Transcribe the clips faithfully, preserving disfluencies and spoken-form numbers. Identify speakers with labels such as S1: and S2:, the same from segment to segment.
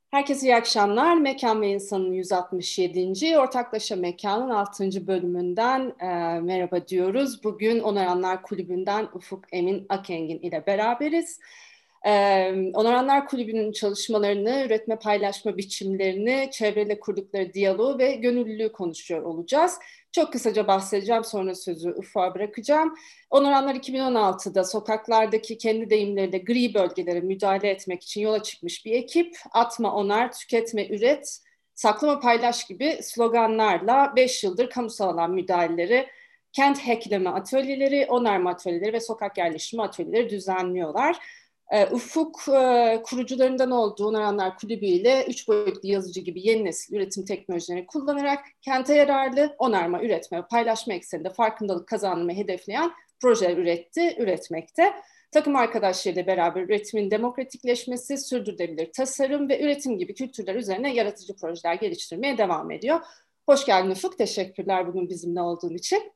S1: Herkese iyi akşamlar. Mekan ve İnsan'ın yüz altmış yedinci. Ortaklaşa Mekan'ın altıncı bölümünden e, merhaba diyoruz. Bugün Onaranlar Kulübü'nden Ufuk Emin Akengin ile beraberiz. E, Onaranlar Kulübü'nün çalışmalarını, üretme paylaşma biçimlerini, çevreyle kurdukları diyaloğu ve gönüllülüğü konuşuyor olacağız. Çok kısaca bahsedeceğim, sonra sözü Ufuk'a bırakacağım. Onaranlar iki bin on altıda sokaklardaki kendi deyimleriyle gri bölgelere müdahale etmek için yola çıkmış bir ekip. Atma onar, tüketme üret, saklama paylaş gibi sloganlarla beş yıldır kamusal alan müdahaleleri, kent hackleme atölyeleri, onarma atölyeleri ve sokak yerleşimi atölyeleri düzenliyorlar. Uh, Ufuk uh, kurucularından olduğu Onaranlar Kulübü ile üç boyutlu yazıcı gibi yeni nesil üretim teknolojilerini kullanarak kente yararlı onarma, üretme ve paylaşma ekseninde farkındalık kazanmayı hedefleyen projeler üretti, üretmekte. Takım arkadaşlarıyla beraber üretimin demokratikleşmesi, sürdürülebilir tasarım ve üretim gibi kültürler üzerine yaratıcı projeler geliştirmeye devam ediyor. Hoş geldin Ufuk, teşekkürler bugün bizimle olduğun için.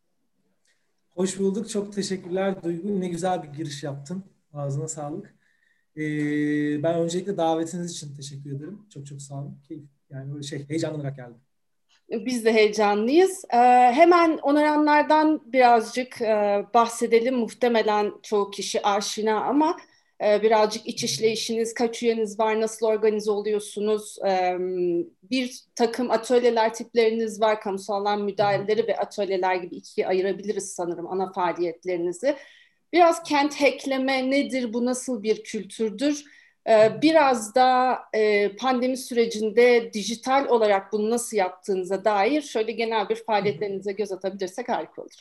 S2: Hoş bulduk, çok teşekkürler Duygu. Ne güzel bir giriş yaptın. Ağzına sağlık. Ee, ben öncelikle davetiniz için teşekkür ederim. Çok çok sağ olun. Keyif, yani böyle şey, heyecanlanarak geldim.
S1: Biz de heyecanlıyız. Ee, hemen onaranlardan birazcık e, bahsedelim. Muhtemelen çoğu kişi aşina ama e, birazcık iç işleyişiniz, kaç üyeniz var, nasıl organize oluyorsunuz? Ee, bir takım atölyeler tipleriniz var, kamusal alan
S2: Hı hı.
S1: müdahaleleri ve atölyeler gibi ikiye ayırabiliriz sanırım ana faaliyetlerinizi. Biraz kent hackleme nedir, bu nasıl bir kültürdür? Ee, Biraz da e, pandemi sürecinde dijital olarak bunu nasıl yaptığınıza dair şöyle genel bir
S2: Hı hı.
S1: faaliyetlerinize göz atabilirsek harika olur.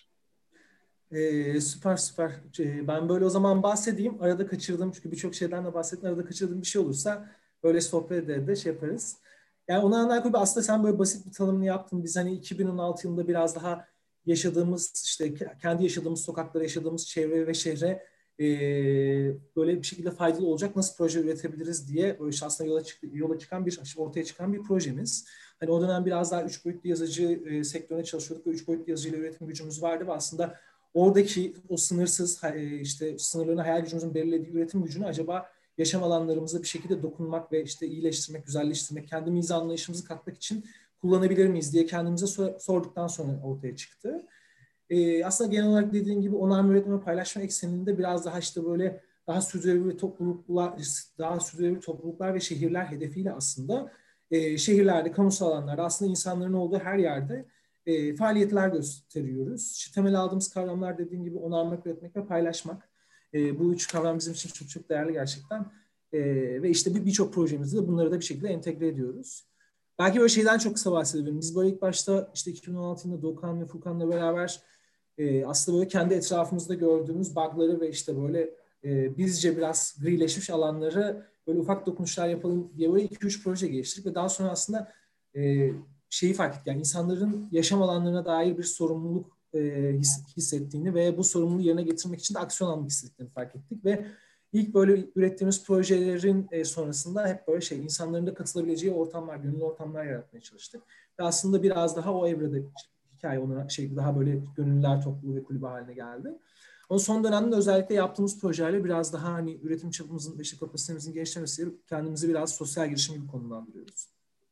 S2: Ee, süper süper. Ee, ben böyle o zaman bahsedeyim. Arada kaçırdığım, çünkü birçok şeyden de bahsettim. Arada kaçırdığım bir şey olursa böyle sohbet eder de şey yaparız. Yani ona alakalı aslında sen böyle basit bir tanımını yaptın. Biz hani iki bin on altı yılında biraz daha yaşadığımız, işte kendi yaşadığımız sokaklara, yaşadığımız çevre ve şehre e, böyle bir şekilde faydalı olacak nasıl proje üretebiliriz diye böyle işte aslında yola, çık yola çıkan bir, ortaya çıkan bir projemiz. Hani o dönem biraz daha üç boyutlu yazıcı e, sektörüne çalışıyorduk ve üç boyutlu yazıcıyla üretim gücümüz vardı ve aslında oradaki o sınırsız işte sınırlarını hayal gücümüzün belirlediği üretim gücünü acaba yaşam alanlarımıza bir şekilde dokunmak ve işte iyileştirmek, güzelleştirmek, kendimizi anlayışımızı katmak için kullanabilir miyiz diye kendimize sorduktan sonra ortaya çıktı. Ee, aslında genel olarak dediğim gibi onarma, üretme, paylaşma ekseninde biraz daha işte böyle daha sürdürülebilir topluluklar, daha sürdürülebilir topluluklar ve şehirler hedefiyle aslında e, şehirlerde, kamusal alanlarda aslında insanların olduğu her yerde e, faaliyetler gösteriyoruz. İşte temel aldığımız kavramlar dediğim gibi onarmak, üretmek ve paylaşmak. E, bu üç kavram bizim için çok çok değerli gerçekten. E, ve işte bir birçok projemizde de bunları da bir şekilde entegre ediyoruz. Belki böyle şeyden çok kısa bahsedebilirim. Biz böyle ilk başta işte iki bin on altı yılında Doğukan ve Furkan'la beraber e, aslında böyle kendi etrafımızda gördüğümüz bug'ları ve işte böyle e, bizce biraz grileşmiş alanları böyle ufak dokunuşlar yapalım diye böyle iki üç proje geliştirdik ve daha sonra aslında e, şeyi fark ettik. Yani insanların yaşam alanlarına dair bir sorumluluk e, hissettiğini ve bu sorumluluğu yerine getirmek için de aksiyon almak istediklerini fark ettik ve ilk böyle ürettiğimiz projelerin e, sonrasında hep böyle şey insanların da katılabileceği ortamlar, gönüllü ortamlar yaratmaya çalıştık. Ve aslında biraz daha o evrede hikaye ona şey daha böyle gönüllüler topluluğu ve kulübü haline geldi. Ama son dönemde özellikle yaptığımız projelerle biraz daha hani üretim çapımızın ve işte kapasitemizin genişlemesiyle kendimizi biraz sosyal girişim gibi konumlandırıyoruz.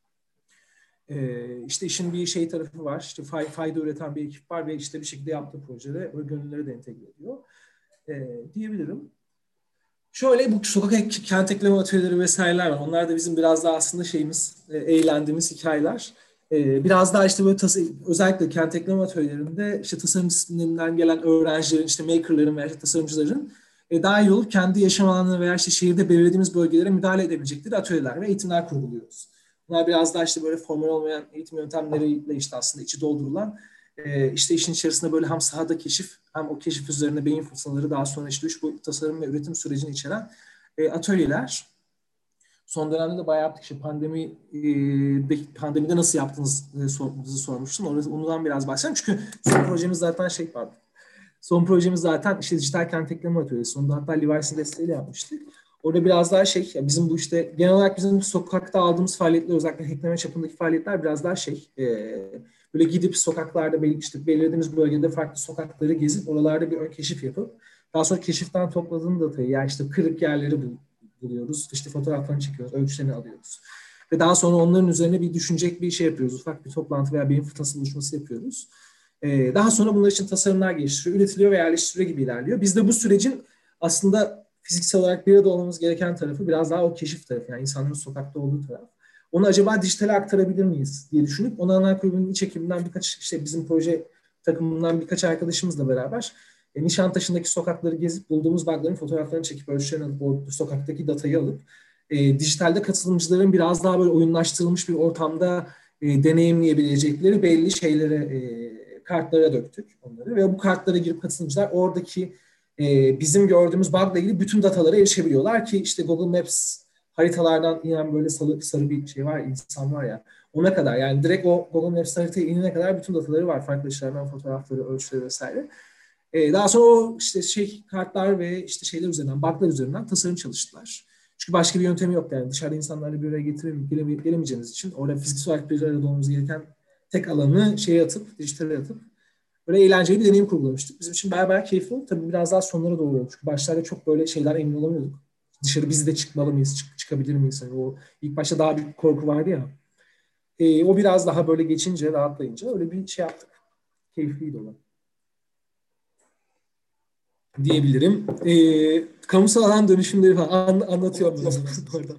S2: Ee, işte işin bir şey tarafı var. İşte fay, fayda üreten bir ekip var ve işte bir şekilde yaptığı projede o gönüllüleri de entegre ediyor. Ee, diyebilirim. Şöyle bu sokak kent ekleme atölyeleri vesaireler var. Onlar da bizim biraz daha aslında şeyimiz, e, eğlendiğimiz hikayeler. E, biraz daha işte böyle tas- özellikle kent ekleme atölyelerinde işte tasarım disiplininden gelen öğrencilerin, işte makerların veya işte tasarımcıların e, daha iyi olup kendi yaşam alanlarına veya işte şehirde belirlediğimiz bölgelere müdahale edebilecekleri atölyeler ve eğitimler kurguluyoruz. Bunlar biraz daha işte böyle formal olmayan eğitim yöntemleriyle işte aslında içi doldurulan e, işte işin içerisinde böyle hem sahada keşif hem o keşif üzerine beyin fırtınaları daha sonra işte üç boyutlu tasarım ve üretim sürecini içeren e, atölyeler. Son dönemde de bayağı yaptık. İşte pandemi, e, pandemide nasıl yaptığınızı e, sormuştun. Ondan biraz başlayalım. Çünkü son projemiz zaten şey pardon. Son projemiz zaten işte dijital kent ekleme atölyesi. Onu da hatta Levi's'in desteğiyle yapmıştık. Orada biraz daha şey, ya bizim bu işte genel olarak bizim sokakta aldığımız faaliyetler, özellikle hackleme çapındaki faaliyetler biraz daha şey, e, böyle gidip sokaklarda belli, işte belirlediğimiz bölgede farklı sokakları gezip oralarda bir ön keşif yapıp daha sonra keşiften topladığım datayı, yani işte kırık yerleri buluyoruz. İşte fotoğraflarını çekiyoruz, ölçülerini alıyoruz. Ve daha sonra onların üzerine bir düşünecek bir şey yapıyoruz. Ufak bir toplantı veya beyin fırtınası buluşması yapıyoruz. Ee, daha sonra bunlar için tasarımlar geliştiriyor, üretiliyor ve yerleştiriliyor gibi ilerliyor. Biz de bu sürecin aslında fiziksel olarak bir arada olmamız gereken tarafı biraz daha o keşif tarafı. Yani insanların sokakta olduğu taraf. Onu acaba dijitale aktarabilir miyiz diye düşünüp Onarlar Kulübü'nün iç ekibinden birkaç, işte bizim proje takımından birkaç arkadaşımızla beraber e, Nişantaşı'ndaki sokakları gezip bulduğumuz bug'ların fotoğraflarını çekip ölçülerini alıp o sokaktaki datayı alıp e, dijitalde katılımcıların biraz daha böyle oyunlaştırılmış bir ortamda e, deneyimleyebilecekleri belli şeylere, e, kartlara döktük onları ve bu kartlara girip katılımcılar oradaki e, bizim gördüğümüz bug'la ilgili bütün datalara erişebiliyorlar ki işte Google Maps haritalardan inen böyle sarı, sarı bir şey var, insan var ya, ona kadar yani direkt o Google Maps haritaya inene kadar bütün dataları var. Farklı işlerden fotoğrafları, ölçüleri vesaire. Ee, daha sonra o işte şey kartlar ve işte şeyler üzerinden, bug'lar üzerinden tasarım çalıştılar. Çünkü başka bir yöntemi yok yani. Dışarıda insanlarla bir araya getirip gelemeyeceğiniz için orada fiziksel olarak bir arada olmamız gereken tek alanı şeye atıp, dijitale atıp böyle eğlenceli bir deneyim kurgulamıştık. Bizim için bayağı bayağı keyifli oldu. Tabii biraz daha sonlara doğru oldu. Çünkü başlarda çok böyle şeyler emin olamıyorduk. Dışarı biz de çıkmalı mıyız, çık, çıkabilir miyiz? Yani o ilk başta daha bir korku vardı ya. E, o biraz daha böyle geçince, rahatlayınca öyle bir şey yaptık. Keyifliydi o. Diyebilirim. E, kamusal alan dönüşümleri falan an, anlatıyorum ben o zaman oradan.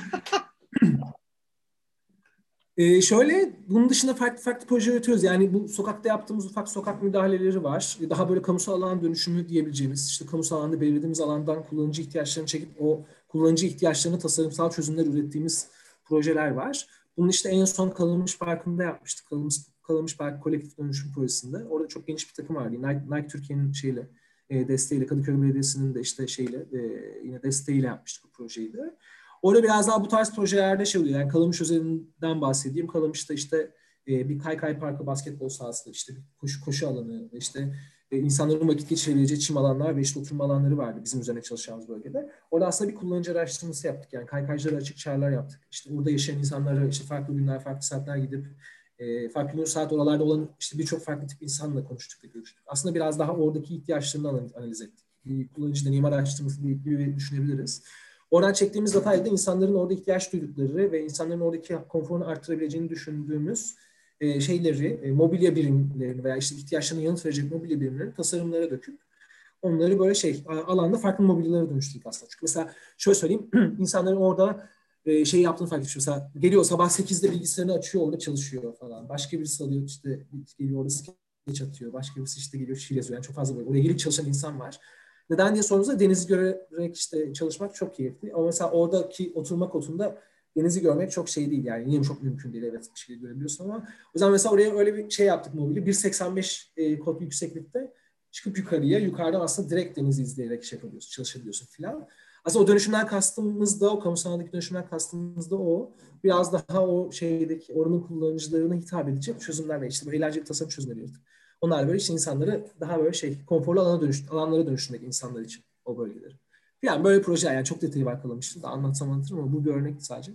S2: Ee, şöyle, bunun dışında farklı farklı proje üretiyoruz. Yani bu sokakta yaptığımız ufak sokak müdahaleleri var. Daha böyle kamusal alan dönüşümü diyebileceğimiz, işte kamusal alanda belirlediğimiz alandan kullanıcı ihtiyaçlarını çekip o kullanıcı ihtiyaçlarını tasarımsal çözümler ürettiğimiz projeler var. Bunun işte en son Kalınmış Parkı'nda yapmıştık. Kalınmış, Kalınmış Park Kolektif Dönüşüm Projesi'nde. Orada çok geniş bir takım vardı. Nike, Nike Türkiye'nin şeyle, e, desteğiyle, Kadıköy Belediyesi'nin de işte şeyle, e, yine desteğiyle yapmıştık bu projeyi de. Orada biraz daha bu tarz projelerde şey oluyor. Yani Kalamış üzerinden bahsedeyim. Kalamış'ta işte e, bir kaykay parkı, basketbol sahası, işte bir koşu, koşu alanı, işte e, insanların vakit geçirebileceği çim alanlar ve işte oturma alanları vardı bizim üzerine çalışacağımız bölgede. Orada aslında bir kullanıcı araştırması yaptık. Yani kaykaycılara açık çağrılar yaptık. İşte orada yaşayan insanlara işte farklı günler, farklı saatler gidip e, farklı gün saat oralarda olan işte birçok farklı tip insanla konuştuk ve görüştük. Aslında biraz daha oradaki ihtiyaçlarını analiz ettik. Bir kullanıcı deneyim araştırması gibi düşünebiliriz. Oradan çektiğimiz datayla da insanların orada ihtiyaç duydukları ve insanların oradaki konforunu arttırabileceğini düşündüğümüz e, şeyleri, e, mobilya birimlerini veya işte ihtiyaçlarına yanıt verecek mobilya birimlerini tasarımlara döküp onları böyle şey alanda farklı mobilyalara dönüştürdük aslında. Çünkü mesela şöyle söyleyeyim, insanların orada e, şey yaptığını fark etmiş. Mesela geliyor sabah sekizde bilgisayarını açıyor, orada çalışıyor falan. Başka birisi alıyor işte geliyor orada skeç atıyor. Başka birisi işte geliyor şiir yazıyor. Yani çok fazla böyle oraya gelip çalışan insan var. Neden diye sorduğunuzda denizi görerek işte çalışmak çok keyifli. Ama mesela oradaki oturma kotunda denizi görmek çok şey değil yani. Yine çok mümkün değil, evet bir şey görebiliyorsun ama o yüzden mesela oraya öyle bir şey yaptık mobili. bir seksen beş e, kot yükseklikte çıkıp yukarıya, yukarıdan aslında direkt denizi izleyerek şey yapabiliyorsun, çalışabiliyorsun filan. Aslında o dönüşümden kastımız da, o kamusal alandaki dönüşümden kastımız da o. Biraz daha o şeydeki oranın kullanıcılarına hitap edecek çözümlerle işte böyle eğlenceli tasarım çözümleri yarattık. Onlar böyle işte insanları daha böyle şey konforlu alana dönüş, alanlara dönüştürmek insanlar için o bölgeleri. Yani böyle projeler yani çok detayı var kalamıştı da anlatsam anlatırım ama bu bir örnekti sadece.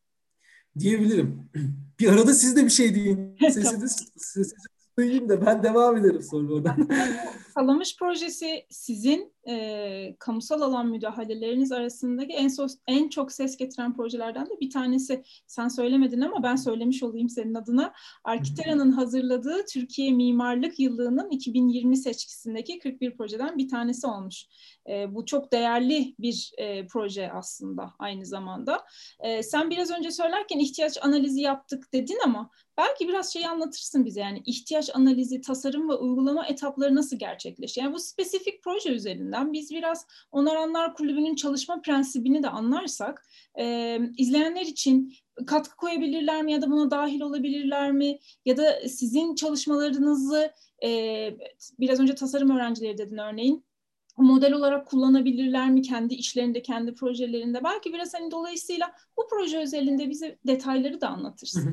S2: Diyebilirim. Bir arada siz de bir şey deyin. Sesiniz, sesinizi duyayım da ben devam ederim sonra oradan.
S3: Kalamış projesi sizin e, kamusal alan müdahaleleriniz arasındaki en, so en çok ses getiren projelerden de bir tanesi. Sen söylemedin ama ben söylemiş olayım senin adına. Arkitera'nın hazırladığı Türkiye Mimarlık Yıllığı'nın iki bin yirmi seçkisindeki kırk bir projeden bir tanesi olmuş. E, bu çok değerli bir e, proje aslında aynı zamanda. E, sen biraz önce söylerken ihtiyaç analizi yaptık dedin ama belki biraz şeyi anlatırsın bize, yani ihtiyaç analizi, tasarım ve uygulama etapları nasıl gerçekleşiyor? Yani bu spesifik proje üzerinden biz biraz Onaranlar Kulübü'nün çalışma prensibini de anlarsak, e, izleyenler için katkı koyabilirler mi ya da buna dahil olabilirler mi? Ya da sizin çalışmalarınızı e, biraz önce tasarım öğrencileri dedin örneğin, model olarak kullanabilirler mi kendi işlerinde, kendi projelerinde? Belki biraz hani dolayısıyla bu proje özelinde bize detayları da anlatırsın.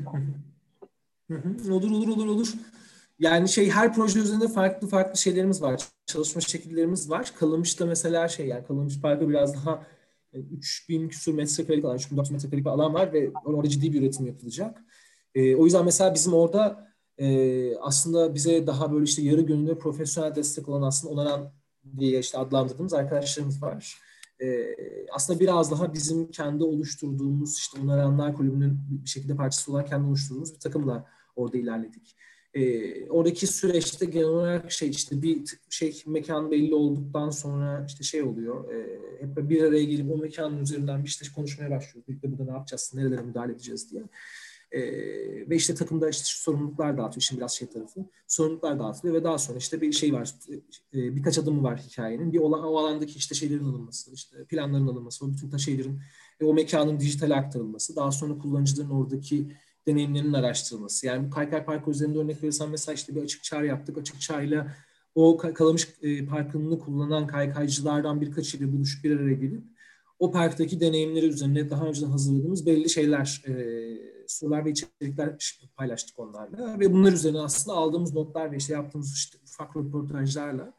S2: Olur olur olur olur. Yani şey her proje üzerinde farklı farklı şeylerimiz var. Çalışma şekillerimiz var. Kalamış'ta mesela şey yani Kalamış Parkı biraz daha üç bin küsur metrekarelik alan, üç bin dört yüz metrekarelik bir alan var ve orada ciddi bir üretim yapılacak. E, o yüzden mesela bizim orada e, aslında bize daha böyle işte yarı gönüllü profesyonel destek olan aslında Onaran diye işte adlandırdığımız arkadaşlarımız var. e, aslında biraz daha bizim kendi oluşturduğumuz, işte Onaranlar Kulübü'nün bir şekilde parçası olan kendi oluşturduğumuz bir takımla orada ilerledik. E, oradaki süreçte genel olarak şey işte bir şey mekan belli olduktan sonra işte şey oluyor. E, hep bir araya gelip o mekanın üzerinden bir işte konuşmaya başlıyoruz. Birlikte burada ne yapacağız, nerelere müdahale edeceğiz diye. Ee, ve işte takımda işte sorumluluklar dağıtıyor. Şimdi biraz şey tarafı. Sorumluluklar dağıtılıyor ve daha sonra işte bir şey var. E, birkaç adımı var hikayenin. Bir olan, o alandaki işte şeylerin alınması, işte planların alınması, o bütün şeylerin, e, o mekanın dijitale aktarılması, daha sonra kullanıcıların oradaki deneyimlerinin araştırılması. Yani bu Kaykay Parkı üzerinde örnek verirsem mesela işte bir açık çağrı yaptık. Açık çağrıyla o Kalamış e, Parkı'nı kullanan kaykaycılardan birkaçıyla buluşup bir araya gelip o parktaki deneyimleri üzerine daha önceden hazırladığımız belli şeyler, e, sorular ve içerikler paylaştık onlarla. Ve bunlar üzerine aslında aldığımız notlar ve işte yaptığımız işte ufak röportajlarla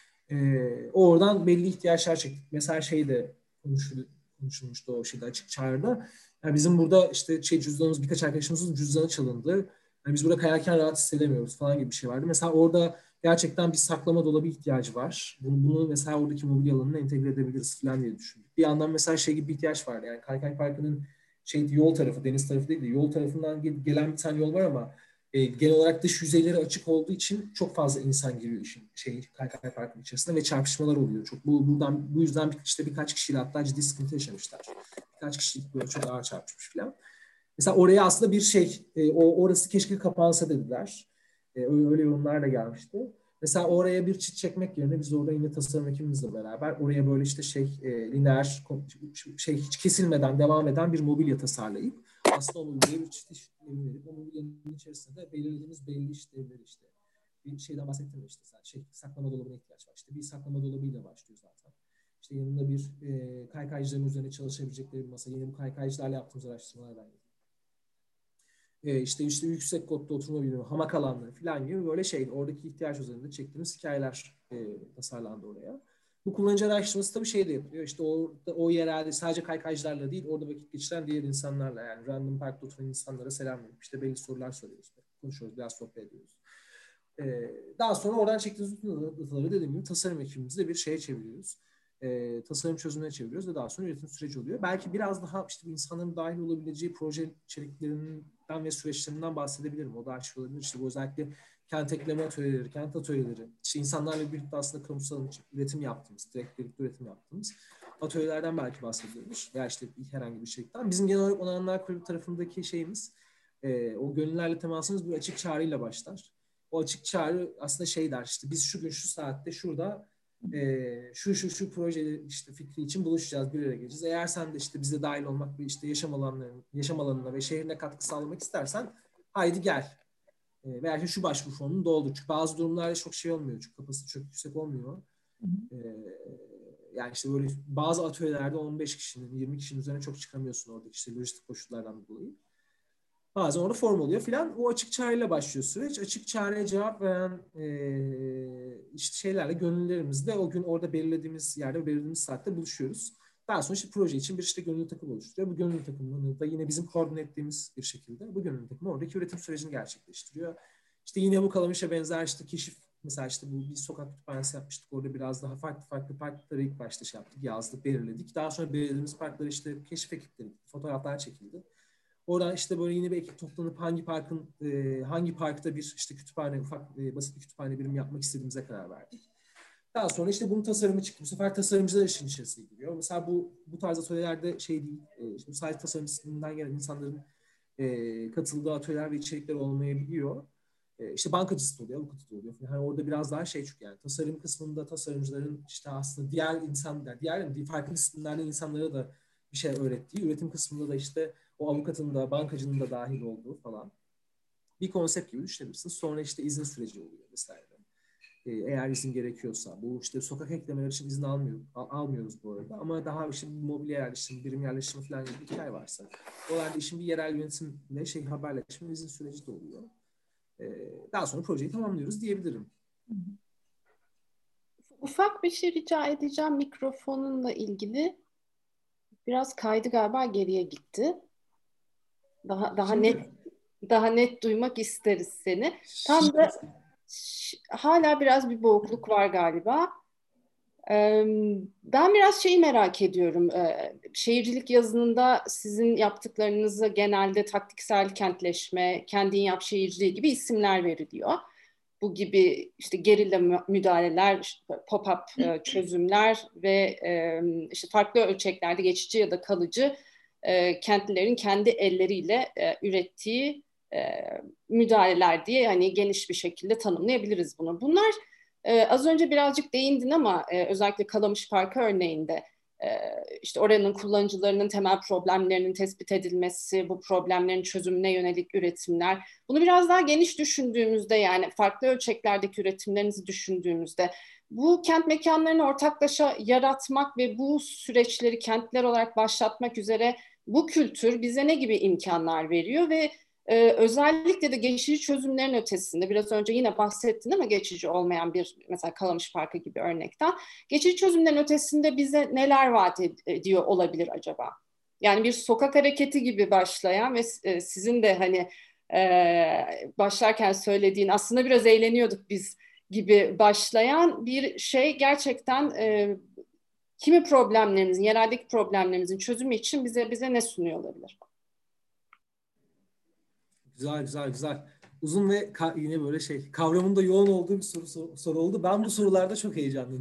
S2: e, oradan belli ihtiyaçlar çektik. Mesela şey de konuşul, konuşulmuştu o şeyde açık çağrıda. Yani bizim burada işte şey cüzdanımız, birkaç arkadaşımızın cüzdanı çalındı. Yani biz burada kayarken rahat hissedemiyoruz falan gibi bir şey vardı. Mesela orada gerçekten bir saklama dolabı ihtiyacı var. Bunu, bunu mesela oradaki mobilya alanına entegre edebiliriz falan diye düşündük. Bir yandan mesela şey gibi bir ihtiyaç vardı. Yani Kaykay Parkı'nın şey yol tarafı, deniz tarafı değil de yol tarafından gelen bir tane yol var ama e, genel olarak dış yüzeyleri açık olduğu için çok fazla insan giriyor işin şey Kaykay Parkı'nın içerisinde ve çarpışmalar oluyor. Çok bu buradan bu yüzden bir, işte birkaç kişiyle hatta ciddi sıkıntı yaşamışlar. Birkaç kişilik böyle çok ağır çarpışmış falan. Mesela oraya aslında bir şey, e, o orası keşke kapansa dediler. E, öyle, öyle yorumlar da gelmişti. Mesela oraya bir çit çekmek yerine biz orada yine tasarım ekibimizle beraber oraya böyle işte şey e, lineer şey hiç kesilmeden devam eden bir mobilya tasarlayıp aslında o mobilyaya bir çit işlemi verip o mobilyanın içerisinde belirlediğimiz belli işlevleri işte bir şeyden bahsettim işte şey saklama dolabına ihtiyaç var. İşte bir saklama dolabıyla başlıyor zaten. İşte yanında bir e, kaykaycıların üzerine çalışabilecekleri bir masa. Yine bu kaykaycılarla yaptığımız araştırmalardan geliyor. E, işte işte yüksek kodda oturma bilimi, hamak alanları falan gibi böyle şey oradaki ihtiyaç üzerinde çektiğimiz hikayeler e, tasarlandı oraya. Bu kullanıcı araştırması tabii şey de yapılıyor. İşte orada, o yerelde sadece kaykaycılarla değil, orada vakit geçiren diğer insanlarla yani random parkta oturan insanlara selam verip işte belli sorular soruyoruz. Konuşuyoruz, biraz sohbet ediyoruz. Ee, daha sonra oradan çektiğimiz dataları dediğim gibi tasarım ekibimizle bir şeye çeviriyoruz. Ee, tasarım çözümüne çeviriyoruz ve daha sonra üretim süreci oluyor. Belki biraz daha işte insanların dahil olabileceği proje içeriklerinden ve süreçlerinden bahsedebilirim. O da açık olabilir. İşte bu özellikle kent ekleme atölyeleri, kent atölyeleri, işte insanlarla birlikte aslında kamusal üretim yaptığımız, direkt birlikte üretim yaptığımız atölyelerden belki bahsediyoruz. Veya işte herhangi bir içerikten. Bizim genel olarak Onaranlar Kulübü tarafındaki şeyimiz, e, o gönüllerle temasımız bir açık çağrıyla başlar. O açık çağrı aslında şey der işte biz şu gün şu saatte şurada e, şu şu şu proje işte fikri için buluşacağız, bir araya geleceğiz. Eğer sen de işte bize dahil olmak ve işte yaşam alanlarına, yaşam alanına ve şehrine katkı sağlamak istersen haydi gel. E, veya işte şu başvuru formunu doldur. Çünkü bazı durumlarda çok şey olmuyor. Çünkü kapasite çok yüksek olmuyor. E, yani işte böyle bazı atölyelerde on beş kişinin, yirmi kişinin üzerine çok çıkamıyorsun oradaki işte lojistik koşullardan dolayı. Bazen orada form oluyor filan. O açık çağrıyla başlıyor süreç. Açık çağrıya cevap veren e, işte şeylerle gönüllülerimizle o gün orada belirlediğimiz yerde belirlediğimiz saatte buluşuyoruz. Daha sonra işte proje için bir işte gönüllü takım oluşturuyor. Bu gönüllü takımını da yine bizim koordine ettiğimiz bir şekilde bu gönüllü takım oradaki üretim sürecini gerçekleştiriyor. İşte yine bu Kalamış'a benzer işte keşif mesela işte bu bir sokak kütüphanesi yapmıştık. Orada biraz daha farklı farklı parkları ilk başta şey yaptık, yazdık, belirledik. Daha sonra belirlediğimiz parkları işte keşif ekipleri, fotoğraflar çekildi. Oradan işte böyle yine bir ekip toplanıp hangi parkın e, hangi parkta bir işte kütüphane ufak e, basit bir kütüphane birimi yapmak istediğimize karar verdik. Daha sonra işte bunun tasarımı çıktı. Bu sefer tasarımcılar işin içerisine giriyor. Mesela bu bu tarz atölyelerde şey değil. E, işte sadece tasarım disiplininden gelen insanların e, katıldığı atölyeler ve içerikler olmayabiliyor. E, işte bankacısı da oluyor, avukatı da oluyor. Yani orada biraz daha şey çünkü yani tasarım kısmında tasarımcıların işte aslında diğer insanlar, diğer farklı disiplinlerden insanlara da bir şey öğrettiği, üretim kısmında da işte o avukatın da bankacının da dahil olduğu falan bir konsept gibi düşünebilirsin. Sonra işte izin süreci oluyor vesaire. Ee, eğer izin gerekiyorsa. Bu işte sokak eklemeler için izin almıyor, al, almıyoruz bu arada. Ama daha işte mobilya yerleştirme, birim yerleştirme falan gibi bir hikaye varsa. Oralarda işin bir yerel yönetimle şey haberleşme izin süreci de oluyor. Ee, daha sonra projeyi tamamlıyoruz diyebilirim.
S1: Ufak bir şey rica edeceğim mikrofonunla ilgili. Biraz kaydı galiba geriye gitti. Daha daha
S2: Şimdi,
S1: net daha net duymak isteriz seni. Tam
S2: şimdi
S1: da ş- hala biraz bir boğukluk var galiba. Ben biraz şeyi merak ediyorum. Şehircilik yazınında sizin yaptıklarınızı genelde taktiksel kentleşme, kendin yap şehirciliği gibi isimler veriliyor. Bu gibi işte gerilla müdahaleler, pop-up çözümler ve işte farklı ölçeklerde geçici ya da kalıcı kentlilerin kendi elleriyle ürettiği müdahaleler diye hani geniş bir şekilde tanımlayabiliriz bunu. Bunlar Ee, az önce birazcık değindin ama e, özellikle Kalamış Parkı örneğinde e, işte oranın kullanıcılarının temel problemlerinin tespit edilmesi, bu problemlerin çözümüne yönelik üretimler. Bunu biraz daha geniş düşündüğümüzde yani farklı ölçeklerdeki üretimlerinizi düşündüğümüzde bu kent mekanlarını ortaklaşa yaratmak ve bu süreçleri kentler olarak başlatmak üzere bu kültür bize ne gibi imkanlar veriyor ve Ee, özellikle de geçici çözümlerin ötesinde biraz önce yine bahsettin ama geçici olmayan bir mesela Kalamış Parkı gibi örnekten geçici çözümlerin ötesinde bize neler vaat ediyor olabilir acaba? Yani bir sokak hareketi gibi başlayan ve e, sizin de hani e, başlarken söylediğin aslında biraz eğleniyorduk biz gibi başlayan bir şey gerçekten e, kimi problemlerimizin, yereldeki problemlerimizin çözümü için bize bize ne sunuyor olabilir?
S2: Güzel güzel güzel. Uzun ve ka- yine böyle şey kavramında yoğun olduğu bir soru, soru, soru oldu. Ben bu sorularda çok heyecanlıyım.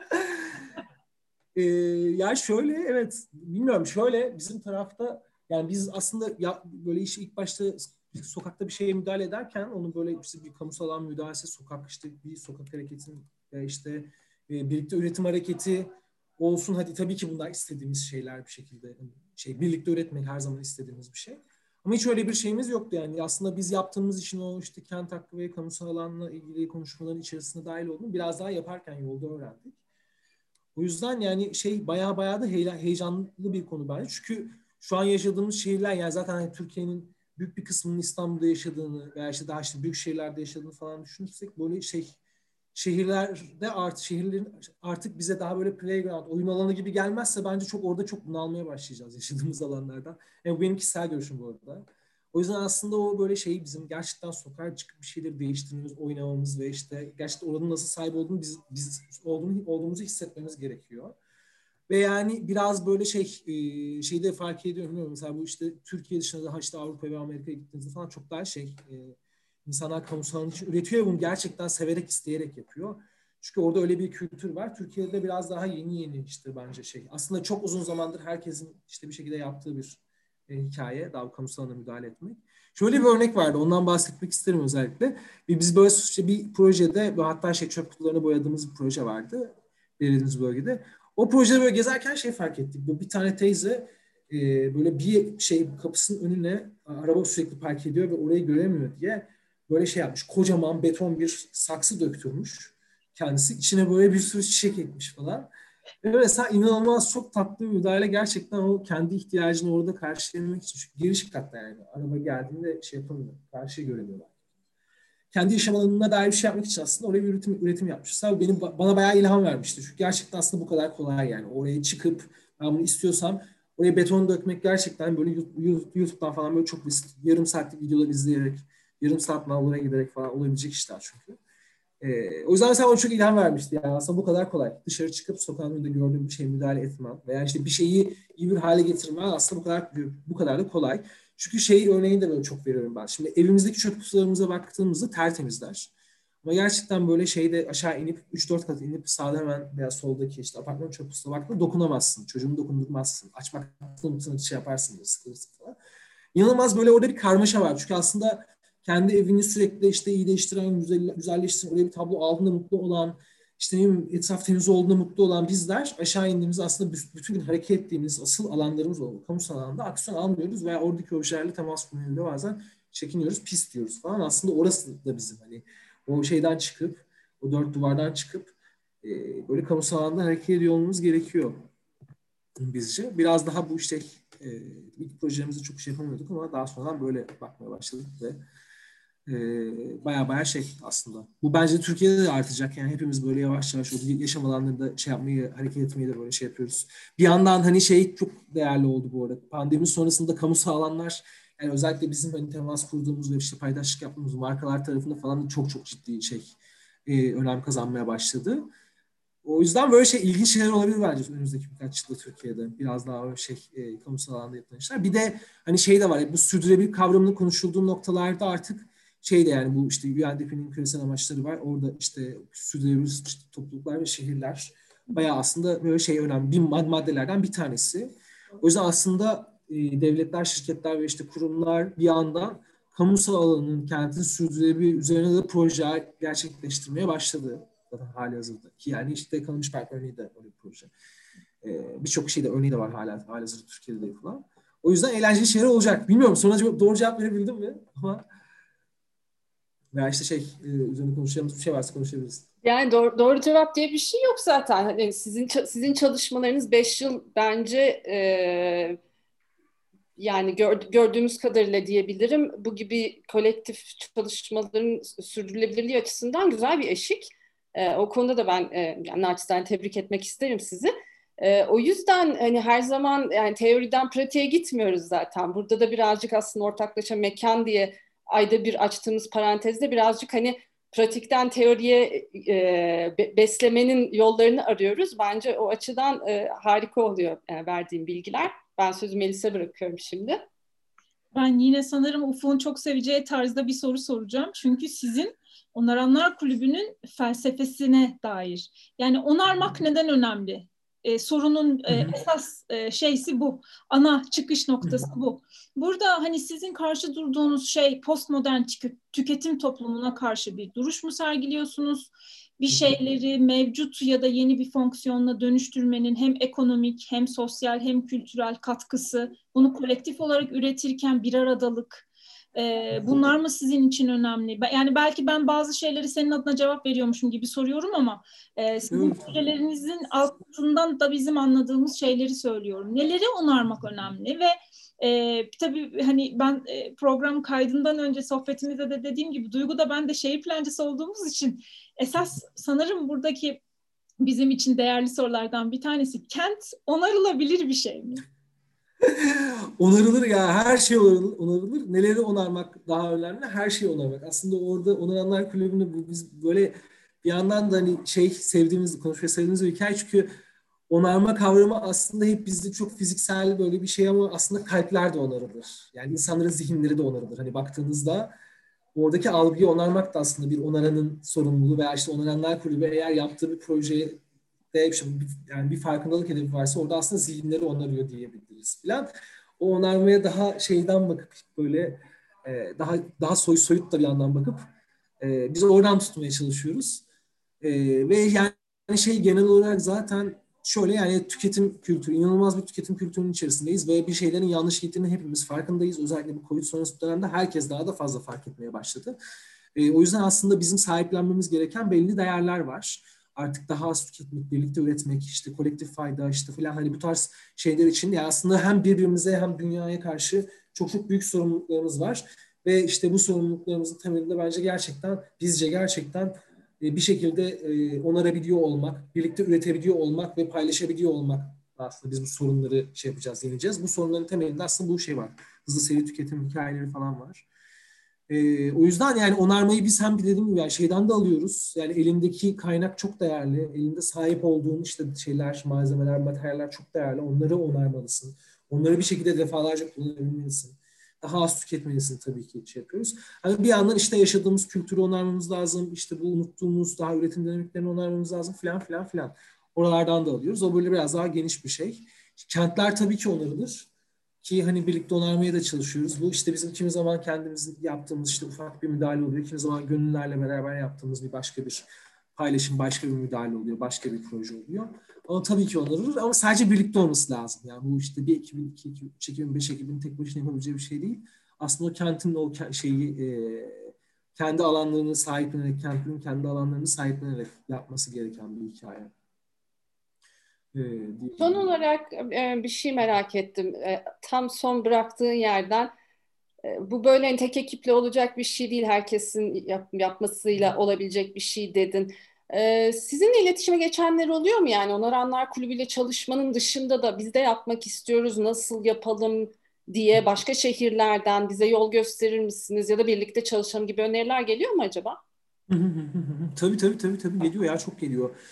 S2: ee, yani şöyle evet bilmiyorum şöyle bizim tarafta yani biz aslında ya, böyle işi ilk başta sokakta bir şeye müdahale ederken onun böyle işte bir kamusal alan müdahalesi sokak işte bir sokak hareketin e, işte e, birlikte üretim hareketi olsun hadi tabii ki bunlar istediğimiz şeyler bir şekilde şey birlikte üretmek her zaman istediğimiz bir şey. Ama hiç öyle bir şeyimiz yoktu yani. Aslında biz yaptığımız için o işte kent hakkı ve kamusal alanla ilgili konuşmaların içerisinde dahil oldum. Biraz daha yaparken yolda öğrendik. O yüzden yani şey bayağı bayağı da heyecanlı bir konu bence. Çünkü şu an yaşadığımız şehirler yani zaten hani Türkiye'nin büyük bir kısmının İstanbul'da yaşadığını veya işte daha işte büyük şehirlerde yaşadığını falan düşünürsek böyle şey şehirlerde art şehirlerin artık bize daha böyle playground, oyun alanı gibi gelmezse bence çok orada çok bunalmaya başlayacağız yaşadığımız alanlardan. Yani bu benim kişisel görüşüm bu arada. O yüzden aslında o böyle şey bizim gerçekten sokağa çıkıp bir şeyleri değiştirmemiz, oynamamız ve işte gerçekten oranın nasıl sahip olduğunu biz, biz olduğunu, olduğumuzu hissetmemiz gerekiyor. Ve yani biraz böyle şey e, şeyi de fark ediyorum. Bilmiyorum. Mesela bu işte Türkiye dışında daha işte Avrupa ve Amerika'ya gittiğinizde falan çok daha şey e, insanlar kamusal alan için üretiyor ve bunu gerçekten severek isteyerek yapıyor. Çünkü orada öyle bir kültür var. Türkiye'de biraz daha yeni yeni işte bence şey. Aslında çok uzun zamandır herkesin işte bir şekilde yaptığı bir e, hikaye. Daha kamusal alana müdahale etmek. Şöyle bir örnek vardı. Ondan bahsetmek isterim özellikle. Ve biz böyle işte bir projede hatta şey çöp kutularını boyadığımız bir proje vardı. Belirlediğimiz bölgede. O projede böyle gezerken şey fark ettik. Bu bir tane teyze e, böyle bir şey kapısının önüne araba sürekli park ediyor ve orayı göremiyor diye böyle şey yapmış. Kocaman beton bir saksı döktürmüş. Kendisi içine böyle bir sürü çiçek ekmiş falan. Ve mesela inanılmaz çok tatlı bir müdahale gerçekten o kendi ihtiyacını orada karşılamak için. Çünkü giriş katta yani. Araba geldiğinde şey yapamıyor. Karşıyı göremiyorlar. Kendi yaşam alanına dair bir şey yapmak için aslında oraya bir üretim, üretim yapmışlar. Benim, bana bayağı ilham vermişti. Çünkü gerçekten aslında bu kadar kolay yani. Oraya çıkıp ben bunu istiyorsam oraya beton dökmek gerçekten böyle YouTube'dan falan böyle çok basit. Yarım saatlik videolar izleyerek, yarım saat navluna giderek falan olabilecek işler çünkü. Ee, o yüzden mesela o çok ilham vermişti. Yani aslında bu kadar kolay. Dışarı çıkıp sokağın önünde gördüğüm bir şeye müdahale etmem veya işte bir şeyi iyi bir hale getirmem aslında bu kadar bu kadar da kolay. Çünkü şey örneğini de böyle çok veriyorum ben. Şimdi evimizdeki çöp kutularımıza baktığımızda tertemizler. Ama gerçekten böyle şeyde aşağı inip üç dört kat inip sağda hemen veya soldaki işte apartman çöp kutusuna baktığında dokunamazsın. Çocuğunu dokundurmazsın. Açmaktan şey yaparsın diye sıkılırsın falan. İnanılmaz böyle orada bir karmaşa var. Çünkü aslında kendi evini sürekli işte iyileştiren, güzel, güzelleştiren, oraya bir tablo aldığında mutlu olan, işte ne bileyim, etraf temiz olduğunda mutlu olan bizler aşağı indiğimizde aslında bütün gün hareket ettiğimiz asıl alanlarımız o kamusal alanda aksiyon almıyoruz veya oradaki objelerle temas kurmayla bazen çekiniyoruz, pis diyoruz falan. Aslında orası da bizim hani o şeyden çıkıp, o dört duvardan çıkıp e, böyle kamusal alanda hareket ediyor olmamız gerekiyor bizce. Biraz daha bu işte e, ilk projemizi çok şey yapamıyorduk ama daha sonradan böyle bakmaya başladık ve e, baya baya şey aslında. Bu bence Türkiye'de de artacak. Yani hepimiz böyle yavaş yavaş o yaşam alanlarında şey yapmayı, hareket etmeyi de böyle şey yapıyoruz. Bir yandan hani şey çok değerli oldu bu arada. Pandemi sonrasında kamusal alanlar yani özellikle bizim hani temas kurduğumuz ve işte paydaşlık yaptığımız markalar tarafında falan da çok çok ciddi şey e, önem kazanmaya başladı. O yüzden böyle şey ilginç şeyler olabilir bence önümüzdeki birkaç yılda Türkiye'de. Biraz daha böyle şey e, kamusal alanda yapılan işler. Bir de hani şey de var. Bu sürdürülebilir kavramının konuşulduğu noktalarda artık şey de yani bu işte U N D P'nin küresel amaçları var. Orada işte sürdürülebilir işte topluluklar ve şehirler bayağı aslında böyle şey önemli. Bir maddelerden bir tanesi. O yüzden aslında e, devletler, şirketler ve işte kurumlar bir yandan kamusal alanın kentin sürdürülebilir üzerine de projeler gerçekleştirmeye başladı. Zaten hali hazırda. Ki yani işte Kalınmış Park örneği de öyle bir proje. Ee, Birçok şey de örneği de var hala hali hazırda Türkiye'de de yapılan. O yüzden eğlenceli şeyler olacak. Bilmiyorum sonra doğru cevap verebildim mi? Ama veya işte şey e, üzerine konuşacağımız bir şey varsa konuşabiliriz.
S1: Yani doğru, doğru cevap diye bir şey yok zaten. Hani sizin sizin çalışmalarınız beş yıl bence e, yani gör, gördüğümüz kadarıyla diyebilirim. Bu gibi kolektif çalışmaların sürdürülebilirliği açısından güzel bir eşik. E, o konuda da ben e, yani naçizane tebrik etmek isterim sizi. E, o yüzden hani her zaman yani teoriden pratiğe gitmiyoruz zaten. Burada da birazcık aslında ortaklaşa mekan diye ayda bir açtığımız parantezde birazcık hani pratikten teoriye e, be, beslemenin yollarını arıyoruz. Bence o açıdan e, harika oluyor e, verdiğim bilgiler. Ben sözü Melis'e bırakıyorum şimdi.
S3: Ben yine sanırım Ufuk'un çok seveceği tarzda bir soru soracağım. Çünkü sizin Onaranlar Kulübü'nün felsefesine dair. Yani onarmak neden önemli? Ee, sorunun e, esas e, şeysi bu. Ana çıkış noktası bu. Burada hani sizin karşı durduğunuz şey postmodern tükü- tüketim toplumuna karşı bir duruş mu sergiliyorsunuz? Bir şeyleri mevcut ya da yeni bir fonksiyonla dönüştürmenin hem ekonomik hem sosyal hem kültürel katkısı, bunu kolektif olarak üretirken bir aradalık, e, bunlar mı sizin için önemli? Yani belki ben bazı şeyleri senin adına cevap veriyormuşum gibi soruyorum ama e, sizin projelerinizin altından da bizim anladığımız şeyleri söylüyorum. Neleri onarmak önemli ve e, tabii hani ben e, program kaydından önce sohbetimizde de dediğim gibi Duygu da ben de şehir plancısı olduğumuz için esas sanırım buradaki bizim için değerli sorulardan bir tanesi, kent onarılabilir bir şey mi?
S2: Onarılır ya, her şey onarılır, onarılır. Neleri onarmak daha önemli? Her şeyi onarmak. Aslında orada Onaranlar Kulübü'nde bu, biz böyle bir yandan da hani şey sevdiğimiz, konuşmayı sevdiğimiz bir hikaye çünkü onarma kavramı aslında hep bizde çok fiziksel böyle bir şey ama aslında kalpler de onarılır. Yani insanların zihinleri de onarılır. Hani baktığınızda oradaki algıyı onarmak da aslında bir onaranın sorumluluğu veya işte Onaranlar Kulübü eğer yaptığı bir projeye de işte yani bir farkındalık hedefi varsa orada aslında zihinleri onarıyor diyebiliriz falan. O onarmaya daha şeyden bakıp böyle e, daha daha soy soyut da bir yandan bakıp e, biz oradan tutmaya çalışıyoruz. E, ve yani şey genel olarak zaten şöyle yani tüketim kültürü, inanılmaz bir tüketim kültürünün içerisindeyiz ve bir şeylerin yanlış gittiğini hepimiz farkındayız. Özellikle bu Covid sonrası dönemde herkes daha da fazla fark etmeye başladı. E, o yüzden aslında bizim sahiplenmemiz gereken belli değerler var. Artık daha az tüketmek, birlikte üretmek, işte kolektif fayda işte falan hani bu tarz şeyler için ya aslında hem birbirimize hem dünyaya karşı çok çok büyük sorumluluklarımız var. Ve işte bu sorumluluklarımızın temelinde bence gerçekten, bizce gerçekten bir şekilde onarabiliyor olmak, birlikte üretebiliyor olmak ve paylaşabiliyor olmak aslında biz bu sorunları şey yapacağız, yeneceğiz. Bu sorunların temelinde aslında bu şey var. Hızlı seri tüketim hikayeleri falan var. Ee, o yüzden yani onarmayı biz hem dediğim gibi yani şeyden de alıyoruz. Yani elindeki kaynak çok değerli. Elinde sahip olduğun işte şeyler, malzemeler, materyaller çok değerli. Onları onarmalısın. Onları bir şekilde defalarca kullanabilmelisin. Daha az tüketmelisin tabii ki şey yapıyoruz. Hani bir yandan işte yaşadığımız kültürü onarmamız lazım. İşte bu unuttuğumuz daha üretim dinamiklerini onarmamız lazım filan filan filan. Oralardan da alıyoruz. O böyle biraz daha geniş bir şey. Kentler tabii ki onarılır. Ki hani birlikte onarmaya da çalışıyoruz. Bu işte bizim kimi zaman kendimizin yaptığımız işte ufak bir müdahale oluyor. Kimi zaman gönüllülerle beraber yaptığımız bir başka bir paylaşım, başka bir müdahale oluyor. Başka bir proje oluyor. Ama tabii ki onarılır ama sadece birlikte olması lazım. Yani bu işte bir ekibin, iki ekibin, üç ekibin, beş ekibin tek başına yapabileceği bir şey değil. Aslında o kentin o şeyi e, kendi alanlarını sahiplenerek, kentin kendi alanlarını sahiplenerek yapması gereken bir hikaye.
S1: Son olarak e, bir şey merak ettim. E, tam son bıraktığın yerden e, bu böyle hani tek ekiple olacak bir şey değil. Herkesin yap, yapmasıyla olabilecek bir şey dedin. E, sizinle iletişime geçenler oluyor mu? Yani Onaranlar Kulübü ile çalışmanın dışında da biz de yapmak istiyoruz, nasıl yapalım diye başka şehirlerden bize yol gösterir misiniz? Ya da birlikte çalışalım gibi öneriler geliyor mu acaba?
S2: Tabii tabii tabii tabii geliyor ya çok geliyor.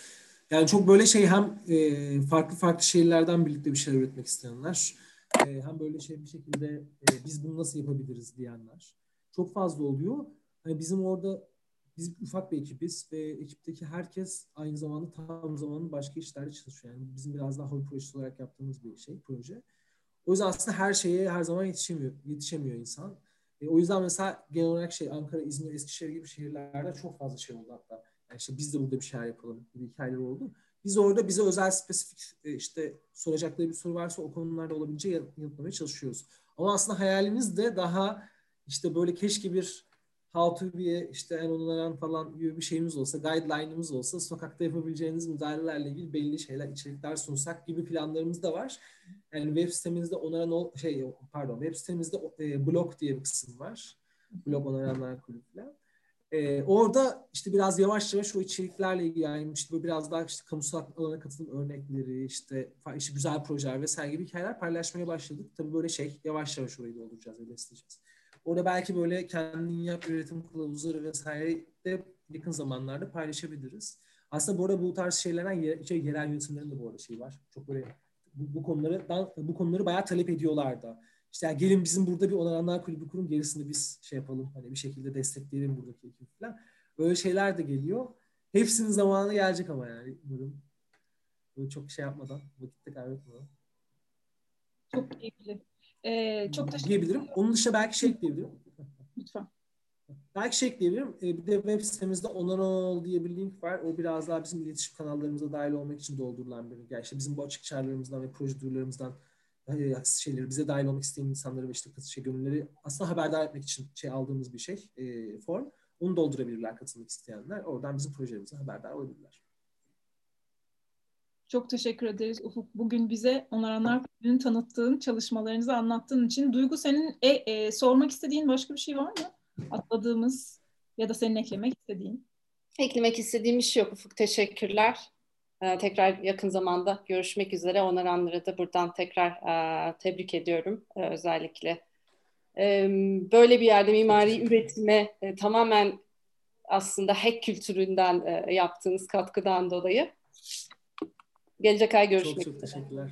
S2: Yani çok böyle şey hem e, farklı farklı şehirlerden birlikte bir şeyler üretmek isteyenler, e, hem böyle şey bir şekilde e, biz bunu nasıl yapabiliriz diyenler çok fazla oluyor. Hani bizim orada biz ufak bir ekibiz ve ekipteki herkes aynı zamanda tam zamanlı başka işlerde çalışıyor. Yani bizim biraz daha hobi projesi olarak yaptığımız bir şey, proje. O yüzden aslında her şeye her zaman yetişemiyor, yetişemiyor insan. E, o yüzden mesela genel olarak şey Ankara, İzmir, Eskişehir gibi şehirlerde çok fazla şey oldu hatta. Yani işte biz de burada bir şeyler yapalım gibi hikayeler oldu. Biz orada bize özel spesifik e, işte soracakları bir soru varsa o konularda olabildiğince yanıtlamaya çalışıyoruz. Ama aslında hayalimiz de daha işte böyle keşke bir how to be işte en onların falan gibi bir şeyimiz olsa, guideline'ımız olsa, sokakta yapabileceğiniz müdahalelerle ilgili belli şeyler, içerikler sunsak gibi planlarımız da var. Yani web sitemizde onaran o şey pardon web sitemizde e, blog diye bir kısım var. Blog onaranlar kulübü falan. E, orada işte biraz yavaş yavaş o içeriklerle ilgili yani işte böyle biraz daha işte kamusal alana katılım örnekleri işte, işte güzel projeler vesaire gibi hikayeler paylaşmaya başladık. Tabii böyle şey yavaş yavaş orayı dolduracağız ve besleyeceğiz. Orada belki böyle kendin yap üretim kılavuzları vesaire de yakın zamanlarda paylaşabiliriz. Aslında bu arada bu tarz şeylerden yer, şey, yerel yönetimlerin de bu arada şey var. Çok böyle bu, bu konuları bu konuları bayağı talep ediyorlar da. İşte yani gelin bizim burada bir onaranlar kulübü kurun gerisini biz şey yapalım. Hani bir şekilde destekleyelim buradaki ekibi falan. Böyle şeyler de geliyor. Hepsinin zamanı gelecek ama yani umarım. Böyle çok şey yapmadan, vakitte kaybetmeden.
S3: Çok keyifli. Ee, çok teşekkür
S2: Diyebilirim. Onun dışında belki şey ekleyebilirim.
S3: Lütfen.
S2: Belki şey ekleyebilirim. E, bir de web sitemizde Onanol diye bir link var. O biraz daha bizim iletişim kanallarımıza dahil olmak için doldurulan bir link. Yani işte bizim bu açık çağrılarımızdan ve prosedürlerimizden e, şeyleri bize dahil olmak isteyen insanları ve işte şey gönülleri aslında haberdar etmek için şey aldığımız bir şey e, form. Onu doldurabilirler katılmak isteyenler. Oradan bizim projelerimize haberdar olabilirler.
S3: Çok teşekkür ederiz Ufuk. Bugün bize Onaranlar Kulübü'nü tanıttığın, çalışmalarınızı anlattığın için. Duygu, senin e, e, sormak istediğin başka bir şey var mı? Atladığımız ya da senin eklemek istediğin.
S1: Eklemek istediğim bir şey yok Ufuk. Teşekkürler. Ee, tekrar yakın zamanda görüşmek üzere. Onaranları da buradan tekrar e, tebrik ediyorum e, özellikle. E, böyle bir yerde
S2: Çok
S1: mimari
S2: teşekkürler.
S1: üretime e, tamamen aslında hack kültüründen e, yaptığınız katkıdan dolayı. Gelecek ay
S2: Çok
S1: görüşmek
S2: çok
S1: üzere.
S2: teşekkürler.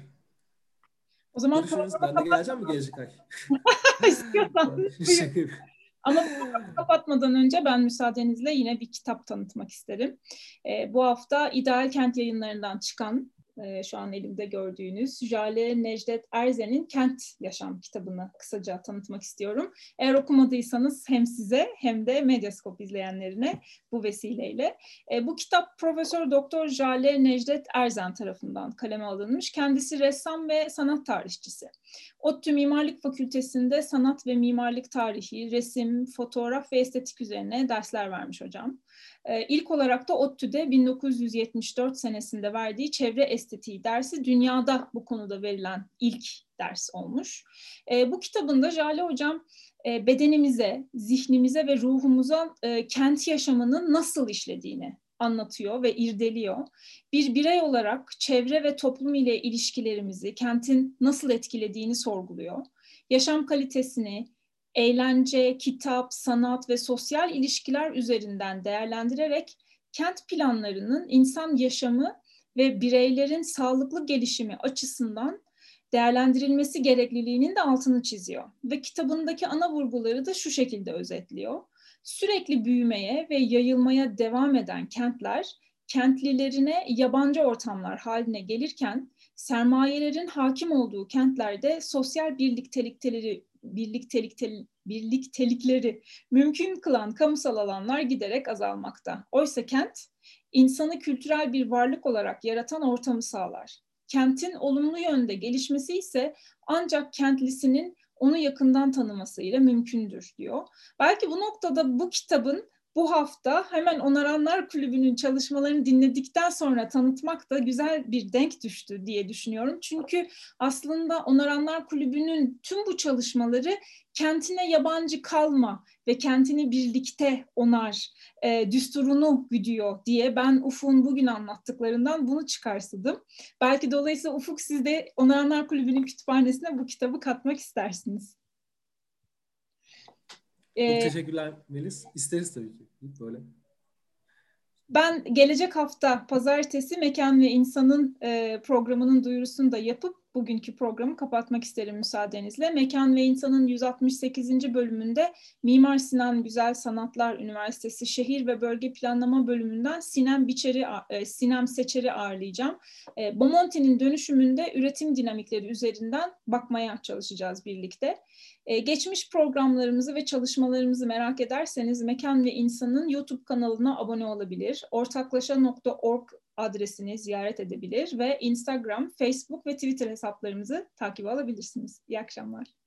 S3: O zaman
S2: Görüşürüz.
S3: programı
S2: Ben de
S3: kapat
S2: geleceğim mi gelecek ay?
S3: istiyorsan. Buyur.
S2: Şaka.
S3: Ama programı kapatmadan önce ben müsaadenizle yine bir kitap tanıtmak isterim. E, bu hafta İdeal Kent Yayınları'ndan çıkan, e, şu an elimde gördüğünüz Jale Necdet Erzen'in Kent Yaşam kitabını kısaca tanıtmak istiyorum. Eğer okumadıysanız hem size hem de Medyascope izleyenlerine bu vesileyle. E, bu kitap Profesör Doktor Jale Necdet Erzen tarafından kaleme alınmış. Kendisi ressam ve sanat tarihçisi. ODTÜ Mimarlık Fakültesi'nde sanat ve mimarlık tarihi, resim, fotoğraf ve estetik üzerine dersler vermiş hocam. Ee, ilk olarak da ODTÜ'de bin dokuz yüz yetmiş dört senesinde verdiği çevre estetiği dersi dünyada bu konuda verilen ilk ders olmuş. Ee, bu kitabında Jale hocam e, bedenimize, zihnimize ve ruhumuza e, kent yaşamının nasıl işlediğini anlatıyor ve irdeliyor. Bir birey olarak çevre ve toplum ile ilişkilerimizi, kentin nasıl etkilediğini sorguluyor. Yaşam kalitesini, eğlence, kitap, sanat ve sosyal ilişkiler üzerinden değerlendirerek kent planlarının insan yaşamı ve bireylerin sağlıklı gelişimi açısından değerlendirilmesi gerekliliğinin de altını çiziyor. Ve kitabındaki ana vurguları da şu şekilde özetliyor. Sürekli büyümeye ve yayılmaya devam eden kentler, kentlilerine yabancı ortamlar haline gelirken, sermayelerin hakim olduğu kentlerde sosyal birliktelikleri, birliktelikleri, birliktelikleri mümkün kılan kamusal alanlar giderek azalmakta. Oysa kent, insanı kültürel bir varlık olarak yaratan ortamı sağlar. Kentin olumlu yönde gelişmesi ise ancak kentlisinin onu yakından tanımasıyla mümkündür diyor. Belki bu noktada bu kitabın bu hafta hemen Onaranlar Kulübü'nün çalışmalarını dinledikten sonra tanıtmak da güzel bir denk düştü diye düşünüyorum. Çünkü aslında Onaranlar Kulübü'nün tüm bu çalışmaları kentine yabancı kalma ve kentini birlikte onar, e, düsturunu güdüyor diye ben Ufuk'un bugün anlattıklarından bunu çıkarsadım. Belki dolayısıyla Ufuk, siz de Onaranlar Kulübü'nün kütüphanesine bu kitabı katmak istersiniz.
S2: Çok
S3: E,
S2: teşekkürler Melis. İsteriz tabii ki. Böyle.
S3: Ben gelecek hafta pazartesi Mekan ve İnsan'ın e, programının duyurusunu da yapıp bugünkü programı kapatmak isterim müsaadenizle. Mekan ve İnsan'ın yüz altmış sekizinci bölümünde Mimar Sinan Güzel Sanatlar Üniversitesi Şehir ve Bölge Planlama bölümünden Sinem Biçer'i, e, Sinem Seçer'i ağırlayacağım. E, Bomonti'nin dönüşümünde üretim dinamikleri üzerinden bakmaya çalışacağız birlikte. Ee, geçmiş programlarımızı ve çalışmalarımızı merak ederseniz Mekan ve İnsan'ın YouTube kanalına abone olabilir, ortaklaşa nokta org adresini ziyaret edebilir ve Instagram, Facebook ve Twitter hesaplarımızı takip alabilirsiniz. İyi akşamlar.